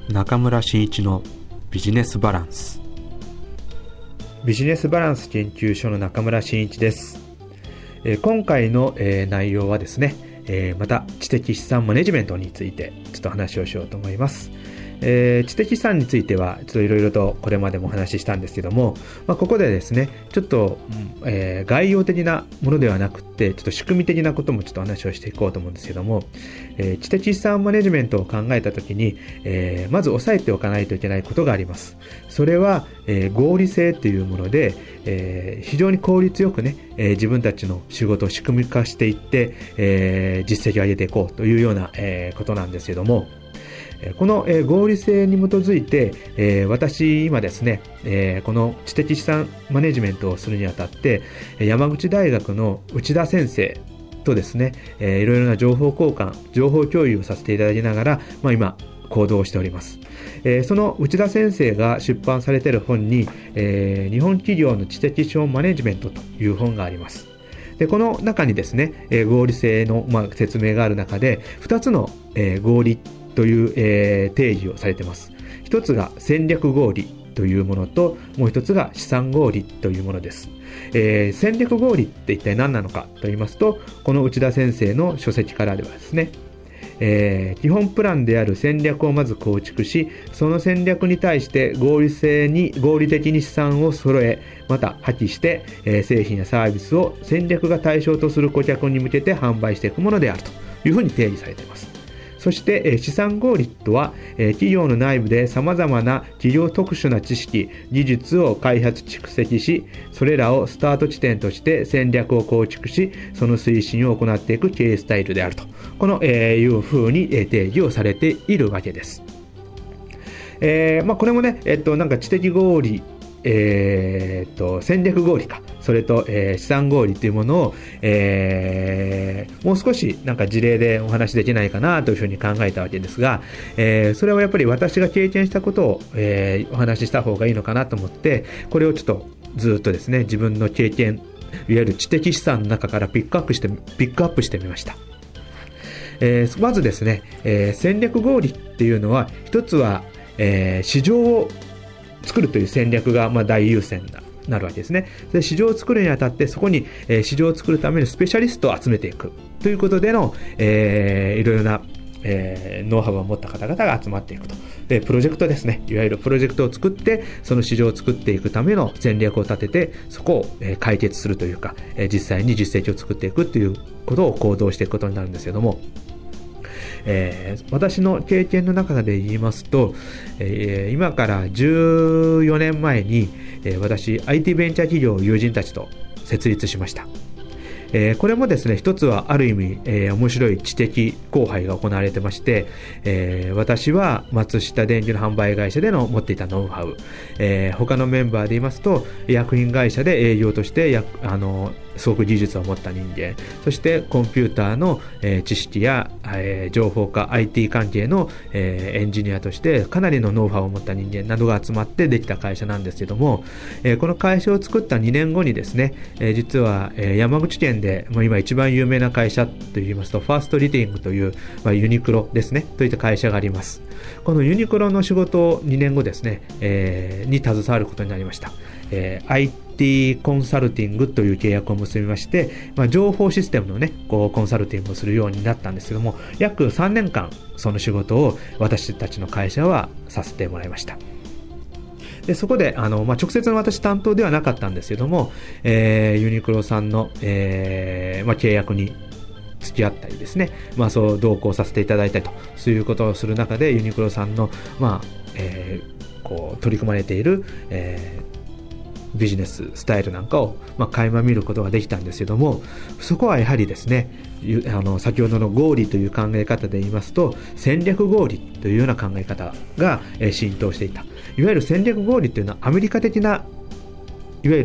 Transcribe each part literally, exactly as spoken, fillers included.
中村真一のビジネスバランス。ビジネスバランス研究所の中村真一です。えー、今回の、えー、内容はですね、えー、また知的資産マネジメントについてちょっと話をしようと思います。えー、知的資産についてはちょっといろいろとこれまでもお話ししたんですけども、まあ、ここでですねちょっと、えー、概要的なものではなくてちょっと仕組み的なこともちょっと話をしていこうと思うんですけども、えー、知的資産マネジメントを考えたときに、えー、まず押さえておかないといけないことがあります。それは、えー、合理性というもので、えー、非常に効率よくね、えー、自分たちの仕事を仕組み化していって、えー、実績を上げていこうというような、えー、ことなんですけども、この合理性に基づいて、えー、私今ですね、えー、この知的資産マネジメントをするにあたって山口大学の内田先生とですね、えー、いろいろな情報交換情報共有をさせていただきながら、まあ、今行動しております。えー、その内田先生が出版されている本に、えー、日本企業の知的資本マネジメントという本があります。でこの中にですね、えー、合理性の、まあ、説明がある中でふたつの、えー、合理という、えー、定義をされています。一つが戦略合理というものと、もう一つが資産合理というものです。えー、戦略合理って一体何なのかと言いますと、この内田先生の書籍からではですね、えー、基本プランである戦略をまず構築し、その戦略に対して合理性に合理的に資産を揃え、また破棄して、えー、製品やサービスを戦略が対象とする顧客に向けて販売していくものであるというふうに定義されています。そして資産合理とは企業の内部で様々な企業特殊な知識、技術を開発蓄積し、それらをスタート地点として戦略を構築し、その推進を行っていく経営スタイルであると、このいうふうに定義をされているわけです。えーまあ、これもね、えっと、なんか知的合理えー、と戦略合理かそれと、えー、資産合理というものを、えー、もう少しなんか事例でお話しできないかなというふうに考えたわけですが、えー、それはやっぱり私が経験したことを、えー、お話しした方がいいのかなと思って、これをちょっとずっとですね自分の経験いわゆる知的資産の中からピックアップしてピックアップしてみました。えー、まずですね、えー、戦略合理っていうのは一つは、えー、市場を作るという戦略がまあ大優先な、なるわけですね。で市場を作るにあたってそこに、えー、市場を作るためのスペシャリストを集めていくということでの、えー、いろいろな、えー、ノウハウを持った方々が集まっていくと。でプロジェクトですね、いわゆるプロジェクトを作ってその市場を作っていくための戦略を立ててそこを、えー、解決するというか、えー、実際に実績を作っていくということを行動していくことになるんですけども、えー、私の経験の中で言いますと、えー、今からじゅうよねんまえに、えー、私 アイティー ベンチャー企業を友人たちと設立しました。えー、これもですね一つはある意味、えー、面白い知的交配が行われてまして、えー、私は松下電機の販売会社での持っていたノウハウ、えー、他のメンバーで言いますと薬品会社で営業としてやあのすごく技術を持った人間、そしてコンピューターの、えー、知識や、えー、情報化 アイティー 関係の、えー、エンジニアとしてかなりのノウハウを持った人間などが集まってできた会社なんですけども、えー、この会社を作ったにねんごにですね、えー、実は、えー、山口県でもう今一番有名な会社といいますとファーストリテイングという、まあ、ユニクロですねといった会社があります。このユニクロの仕事をにねんごですね、えー、に携わることになりました。えー、アイティー コンサルティングという契約を結びまして、まあ、情報システムのねこうコンサルティングをするようになったんですけども、約さんねんかんその仕事を私たちの会社はさせてもらいました。でそこであの、まあ、直接の私担当ではなかったんですけども、えー、ユニクロさんの、えーまあ、契約に付き合ったりですね、まあ、そう同行させていただいたりとそういうことをする中でユニクロさんの、まあえー、こう取り組まれている、えービジネススタイルなんかを、まあ、垣間見ることができたんですけども、そこはやはりですねあの先ほどの合理という考え方で言いますと戦略合理というような考え方が、えー、浸透していた。いわゆる戦略合理というのはアメリカ的ないわゆる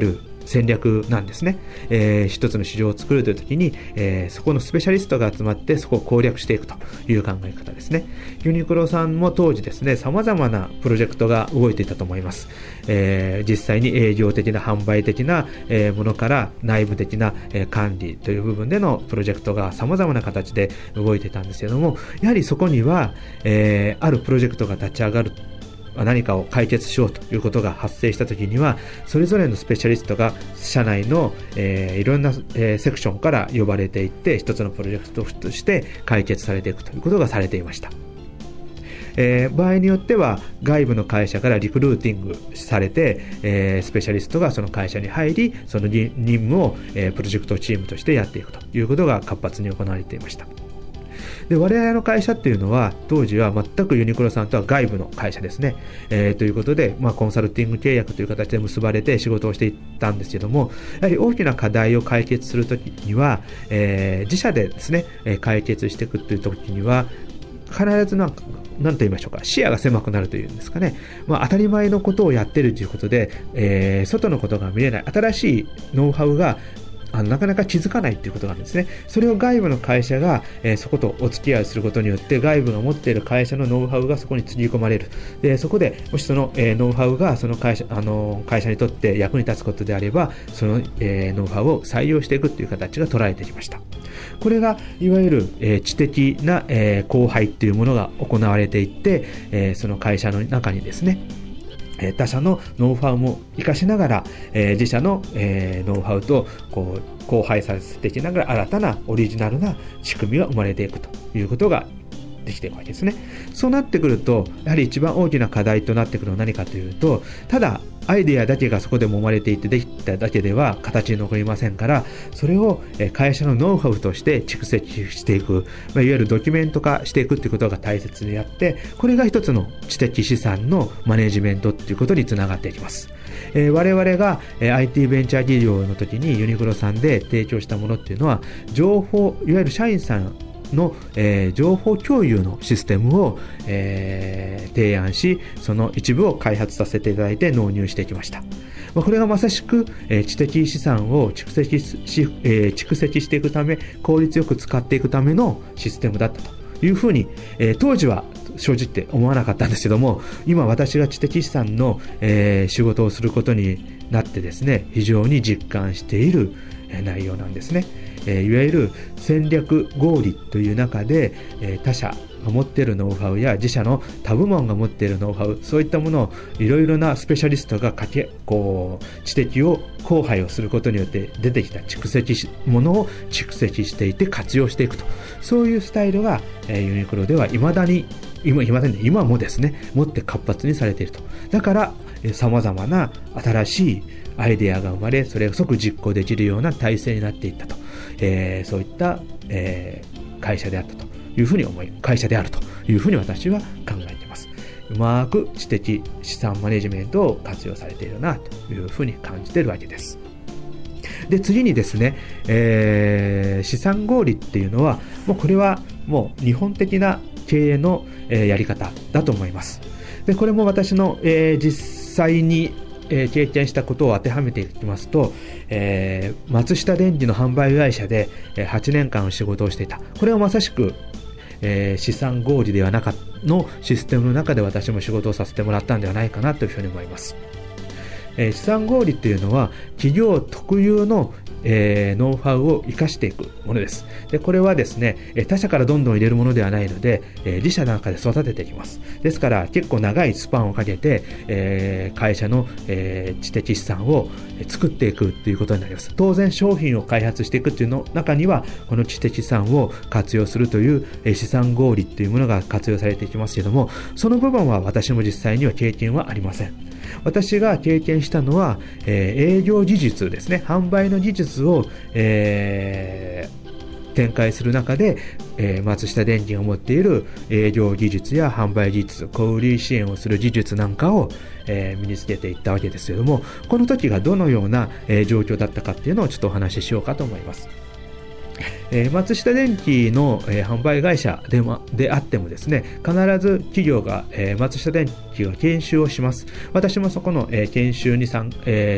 戦略なんですね。えー、一つの市場を作るというときに、えー、そこのスペシャリストが集まってそこを攻略していくという考え方ですね。ユニクロさんも当時ですね、様々なプロジェクトが動いていたと思います。えー、実際に営業的な販売的な、えー、ものから内部的な、えー、管理という部分でのプロジェクトが様々な形で動いていたんですけれども、やはりそこには、えー、あるプロジェクトが立ち上がる、何かを解決しようということが発生したときには、それぞれのスペシャリストが社内の、えー、いろんな、えー、セクションから呼ばれていって、一つのプロジェクトとして解決されていくということがされていました。えー、場合によっては外部の会社からリクルーティングされて、えー、スペシャリストがその会社に入り、その任務を、えー、プロジェクトチームとしてやっていくということが活発に行われていました。で、我々の会社っていうのは当時は全くユニクロさんとは外部の会社ですね、えー、ということで、まあ、コンサルティング契約という形で結ばれて仕事をしていったんですけども、やはり大きな課題を解決するときには、えー、自社でですね解決していくというときには必ずなんか何と言いましょうか、視野が狭くなるというんですかね、まあ、当たり前のことをやっているということで、えー、外のことが見れない、新しいノウハウがあのなかなか気づかないということがあるんですね。それを外部の会社が、えー、そことお付き合いすることによって外部が持っている会社のノウハウがそこにつぎ込まれる。で、そこでもしその、えー、ノウハウがその会社、あのー、会社にとって役に立つことであれば、その、えー、ノウハウを採用していくという形が捉えてきました。これがいわゆる、えー、知的な、えー、交配というものが行われていって、えー、その会社の中にですね、他社のノウハウも活かしながら、えー、自社の、えー、ノウハウとこう交配させていきながら新たなオリジナルな仕組みが生まれていくということができているわけですね。そうなってくると、やはり一番大きな課題となってくるのは何かというと、ただアイデアだけがそこで揉まれていてできただけでは形に残りませんから、それを会社のノウハウとして蓄積していく、まあ、いわゆるドキュメント化していくということが大切であって、これが一つの知的資産のマネジメントということにつながっていきます。えー、我々が アイティー ベンチャー企業の時にユニクロさんで提供したものっていうのは、情報、いわゆる社員さんの、えー、情報共有のシステムを、えー、提案し、その一部を開発させていただいて納入してきました。まあ、これがまさしく、えー、知的資産を蓄積し、えー、蓄積していくため、効率よく使っていくためのシステムだったというふうに、えー、当時は正直って思わなかったんですけども、今私が知的資産の、えー、仕事をすることになってですね、非常に実感している内容なんですね。えー、いわゆる戦略合理という中で、えー、他社が持っているノウハウや自社の他部門が持っているノウハウ、そういったものをいろいろなスペシャリストがかけこう知的を交配をすることによって出てきた蓄積しものを蓄積していて活用していくと、そういうスタイルが、えー、ユニクロでは未だに今今で今もですねもって活発にされていると。だからさまざまな新しいアイデアが生まれ、それが即実行できるような体制になっていったと、えー、そういった、えー、会社であったというふうに思い会社であるというふうに私は考えています。うまく知的資産マネジメントを活用されているなというふうに感じているわけです。で、次にですね、えー、資産合理っていうのはもうこれはもう日本的な経営の、えー、やり方だと思います。で、これも私の、えー、実際にえー、経験したことを当てはめていきますと、えー、松下電器の販売会社で、えー、はちねんかん仕事をしていた。これはまさしく、えー、資産合理ではなかったのシステムの中で私も仕事をさせてもらったんではないかなというふうに思います。えー、資産合理っていうのは企業特有のえー、ノウハウを生かしていくものです。で、これはですね、他社からどんどん入れるものではないので、えー、自社の中で育てていきます。ですから結構長いスパンをかけて、えー、会社の、えー、知的資産を作っていくということになります。当然商品を開発していくというの中にはこの知的資産を活用するという、えー、資産合理というものが活用されていきますけれども、その部分は私も実際には経験はありません。私が経験したのは、えー、営業技術ですね。販売の技術を、えー、展開する中で、えー、松下電器が持っている営業技術や販売技術、小売支援をする技術なんかを、えー、身につけていったわけですけれども、この時がどのような、えー、状況だったかっていうのをちょっとお話ししようかと思います。えー、松下電器の、えー、販売会社で、ま、であってもですね、必ず企業が、えー、松下電器が研修をします。私もそこの、えー、研修に参、えー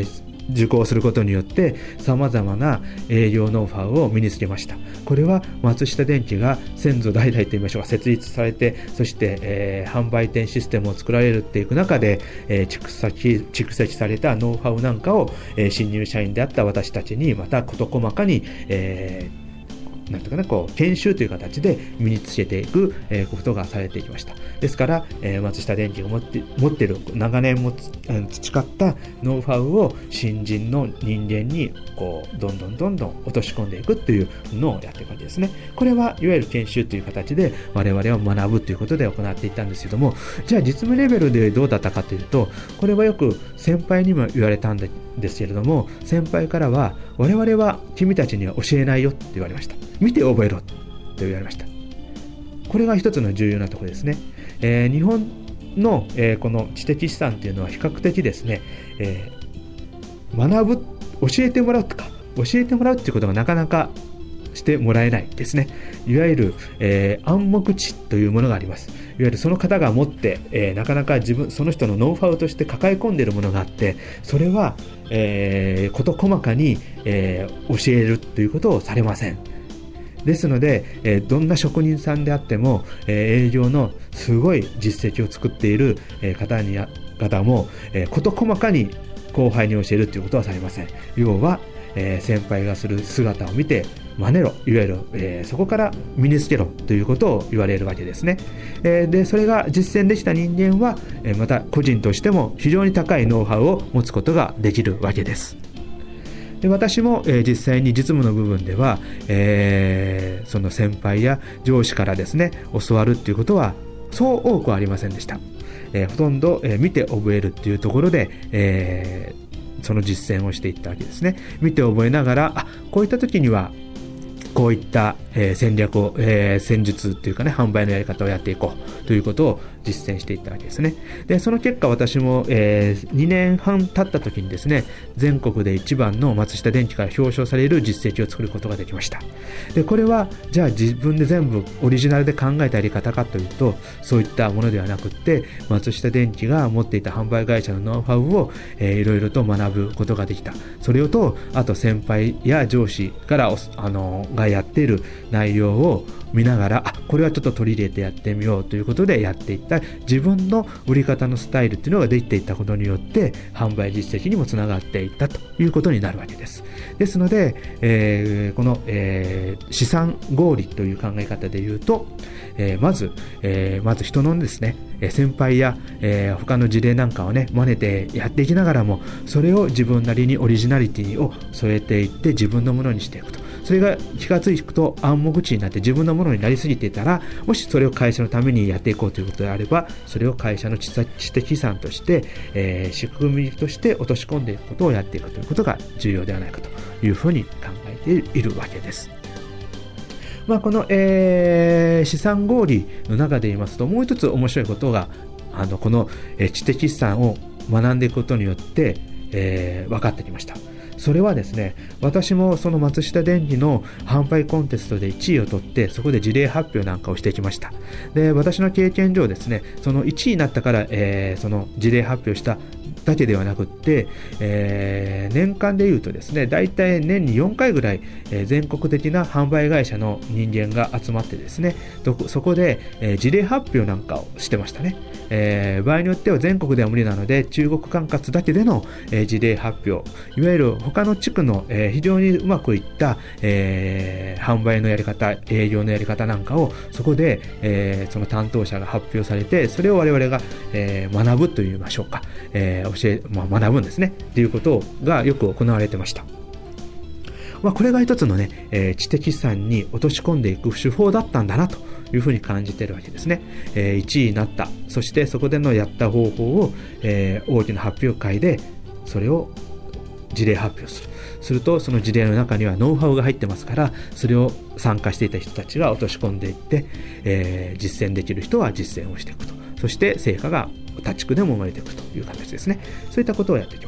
受講することによって様々な営業ノウハウを身につけました。これは松下電器が先祖代々といいましょうか、設立されて、そして、えー、販売店システムを作られるっていく中で、えー、蓄積、蓄積されたノウハウなんかを、えー、新入社員であった私たちにまた事細かに、えーなんていうかな、こう研修という形で身につけていく、えー、ことがされていきました。ですから、えー、松下電器が持って持っている長年も培ったノウハウを新人の人間にこうどんどんどんどん落とし込んでいくというのをやっていくわけですね。これはいわゆる研修という形で我々は学ぶということで行っていったんですけども、じゃあ実務レベルでどうだったかというと、これはよく先輩にも言われたんですけれども、先輩からは我々は君たちには教えないよって言われました。見て覚えろと言われました。これが一つの重要なところですね。えー、日本の、えー、この知的資産というのは比較的ですね、えー、学ぶ、教えてもらうとか教えてもらうということがなかなかしてもらえないですね。いわゆる、えー、暗黙知というものがあります。いわゆるその方が持って、えー、なかなか自分その人のノウハウとして抱え込んでいるものがあって、それは、えー、事細かに、えー、教えるということをされません。ですので、えー、どんな職人さんであっても、えー、営業のすごい実績を作っている、えー、方に方も、えー、事細かに後輩に教えるということはされません。要は、えー、先輩がする姿を見て真似ろ、いわゆる、えー、そこから身につけろということを言われるわけですね。えー、でそれが実践できた人間は、えー、また個人としても非常に高いノウハウを持つことができるわけです。で私も、えー、実際に実務の部分では、えー、その先輩や上司からですね教わるっていうことはそう多くはありませんでした。えー、ほとんど、えー、見て覚えるっていうところで、えー、その実践をしていったわけですね。見て覚えながら、あ、こういった時にはこういった、えー、戦略を、えー、戦術というかね、販売のやり方をやっていこうということを実践していったわけですね。で、その結果私も、えー、にねんはん経った時にですね、全国で一番の松下電器から表彰される実績を作ることができました。で、これはじゃあ自分で全部オリジナルで考えたやり方かというと、そういったものではなくって、松下電器が持っていた販売会社のノウハウを、えー、いろいろと学ぶことができた。それをと、あと先輩や上司からあのがやっている内容を見ながら、あ、これはちょっと取り入れてやってみようということでやっていった自分の売り方のスタイルっていうのができていったことによって販売実績にもつながっていったということになるわけです。ですので、えー、この、えー、資産合理という考え方で言うと、えー、まず、えー、まず人のですね、先輩や、えー、他の事例なんかをね真似てやっていきながらも、それを自分なりにオリジナリティを添えていって自分のものにしていくと。それが気がついていくと暗黙知になって自分のものになりすぎていたら、もしそれを会社のためにやっていこうということであれば、それを会社の知的資産として、えー、仕組みとして落とし込んでいくことをやっていくということが重要ではないかというふうに考えているわけです。まあ、この、えー、資産合理の中で言いますと、もう一つ面白いことが、あのこの、えー、知的資産を学んでいくことによって、えー、分かってきました。それはですね、私もその松下電器の販売コンテストでいちいを取って、そこで事例発表なんかをしてきました。で、私の経験上ですね、そのいちいになったから、えー、その事例発表しただけではなくって、えー、年間でいうとですね、だいたい年によんかいぐらい、えー、全国的な販売会社の人間が集まってですね、そこで、えー、事例発表なんかをしてましたね。えー、場合によっては全国では無理なので、中国管轄だけでの、えー、事例発表、いわゆる他の地区の、えー、非常にうまくいった、えー、販売のやり方、営業のやり方なんかをそこで、えー、その担当者が発表されて、それを我々が、えー、学ぶと言いましょうか、えー教えまあ、学ぶんですねということがよく行われてました。まあ、これが一つのね、えー、知的資産に落とし込んでいく手法だったんだなというふうに感じているわけですね。えー、いちいになった。そしてそこでのやった方法を、えー、大きな発表会でそれを事例発表する。するとその事例の中にはノウハウが入ってますから、それを参加していた人たちが落とし込んでいって、えー、実践できる人は実践をしていくと。そして成果が他地区でも生まれていくという形ですね。そういったことをやっていきます。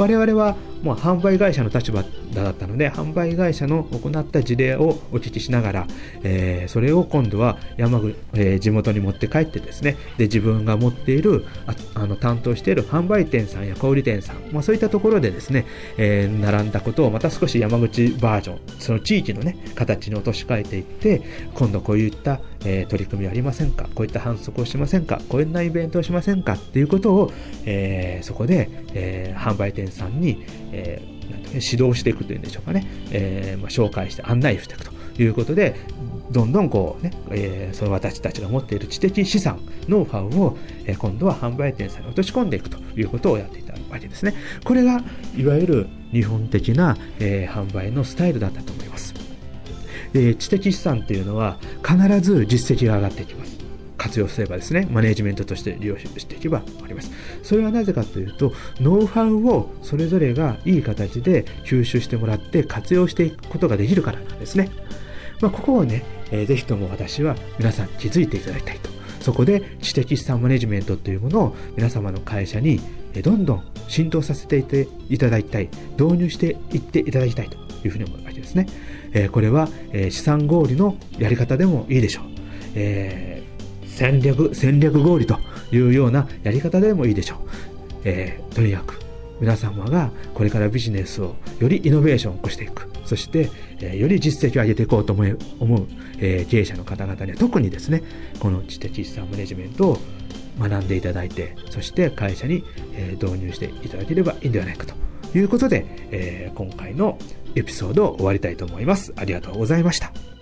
我々はもう販売会社の立場だったので、販売会社の行った事例をお聞きしながら、えー、それを今度は山口、えー、地元に持って帰ってですね、で自分が持っているああの担当している販売店さんや小売店さん、まあ、そういったところでですね、えー、並んだことをまた少し山口バージョン、その地域のね形に落とし替えていって、今度こういった、えー、取り組みありませんか、こういった反則をしませんか、こんなイベントをしませんかっていうことを、えー、そこで、えー、販売店さんに、えー指導していくというんでしょうかね、えーまあ、紹介して案内していくということで、どんどんこうね、えー、その私たちが持っている知的資産、ノウハウを、えー、今度は販売店さんに落とし込んでいくということをやっていたわけですね。これがいわゆる日本的な、えー、販売のスタイルだったと思います。で、知的資産というのは必ず実績が上がっていきます。活用すればですね、マネジメントとして利用していけばあります。それはなぜかというと、ノウハウをそれぞれがいい形で吸収してもらって活用していくことができるからなんですね。まあ、ここをね、えー、ぜひとも私は皆さん気づいていただきたいと。そこで知的資産マネジメントというものを皆様の会社にどんどん浸透させていていただきたい、導入していっていただきたいというふうに思うわけですね。えー、これは、えー、資産合理のやり方でもいいでしょう。えー戦略、戦略合理というようなやり方でもいいでしょう。えー、とにかく皆様がこれからビジネスをよりイノベーションを起こしていく、そして、えー、より実績を上げていこうと思う、思うえー、経営者の方々には特にですね、この知的資産マネジメントを学んでいただいて、そして会社に、えー、導入していただければいいんではないかということで、えー、今回のエピソードを終わりたいと思います。ありがとうございました。